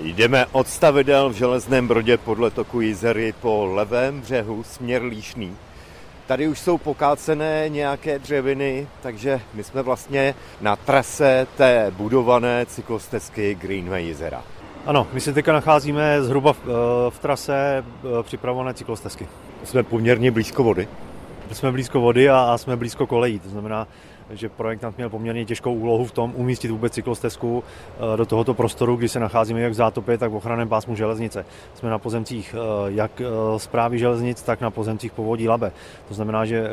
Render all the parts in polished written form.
Jdeme od stavidel v Železném Brodě podle toku Jizery po levém břehu směr Líšný. Tady už jsou pokácené nějaké dřeviny, takže my jsme vlastně na trase té budované cyklostezky Greenway Jizera. Ano, my se teďka nacházíme zhruba v trase připravované cyklostezky. Jsme poměrně blízko vody. Jsme blízko vody a jsme blízko kolejí, to znamená, že projektant měl poměrně těžkou úlohu v tom umístit vůbec cyklostezku do tohoto prostoru, kdy se nacházíme jak v zátopě, tak v ochranném pásmu železnice. Jsme na pozemcích jak správy železnic, tak na pozemcích povodí Labe. To znamená, že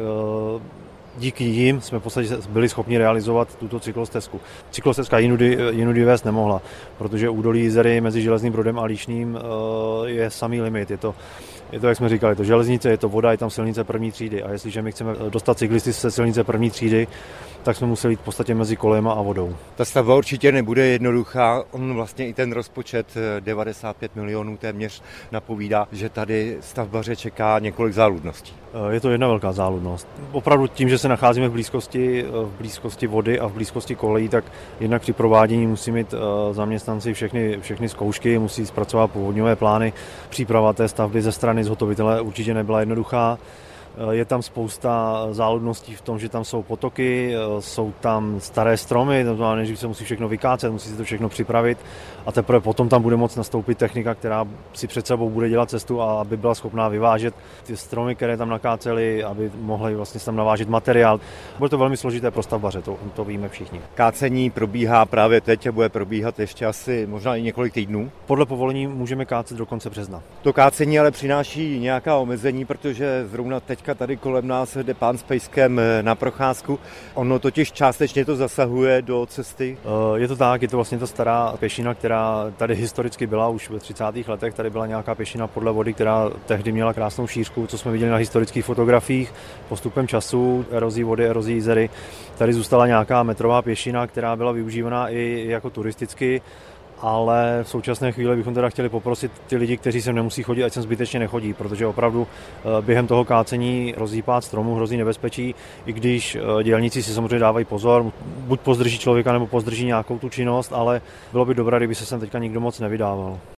díky jim jsme v podstatě byli schopni realizovat tuto cyklostezku. Cyklostezka jinudy vést nemohla, protože údolí Jizery mezi Železným Brodem a Líšným je samý limit. Je to, jak jsme říkali, je to železnice, je to voda, je tam silnice první třídy. A jestliže my chceme dostat cyklisty ze silnice první třídy, tak jsme museli jít v podstatě mezi kolema a vodou. Ta stavba určitě nebude jednoduchá. On vlastně i ten rozpočet 95 milionů téměř napovídá, že tady stavbaře čeká několik záludností. Je to jedna velká záludnost. Opravdu tím, že se nacházíme v blízkosti vody a v blízkosti kolejí, tak jednak při provádění musí mít zaměstnanci všechny zkoušky, musí zpracovat povodňové plány. Příprava té stavby ze strany zhotovitele určitě nebyla jednoduchá. Je tam spousta záludností v tom, že tam jsou potoky, jsou tam staré stromy, to znamená, že se musí všechno vykácet, musí se to všechno připravit a teprve potom tam bude moct nastoupit technika, která si před sebou bude dělat cestu a aby byla schopná vyvážet ty stromy, které tam nakáceli, aby mohli vlastně tam navážet materiál. Bude to velmi složité pro stavbaře, to víme všichni. Kácení probíhá právě teď a bude probíhat ještě asi možná i několik týdnů. Podle povolení můžeme kácet do konce března. To kácení ale přináší nějaká omezení, protože zrovna teďka tady kolem nás jde pán s pejskem na procházku. Ono totiž částečně to zasahuje do cesty. Je to tak, je to vlastně ta stará pěšina, která tady historicky byla už ve 30. letech. Tady byla nějaká pěšina podle vody, která tehdy měla krásnou šířku, co jsme viděli na historických fotografiích. Postupem času, erozí vody, erozí Jizery, tady zůstala nějaká metrová pěšina, která byla využívaná i jako turisticky. Ale v současné chvíli bychom teda chtěli poprosit ty lidi, kteří sem nemusí chodit, ať sem zbytečně nechodí, protože opravdu během toho kácení hrozí pád stromů, hrozí nebezpečí, i když dělníci si samozřejmě dávají pozor, buď pozdrží člověka, nebo pozdrží nějakou tu činnost, ale bylo by dobré, kdyby se sem teďka nikdo moc nevydával.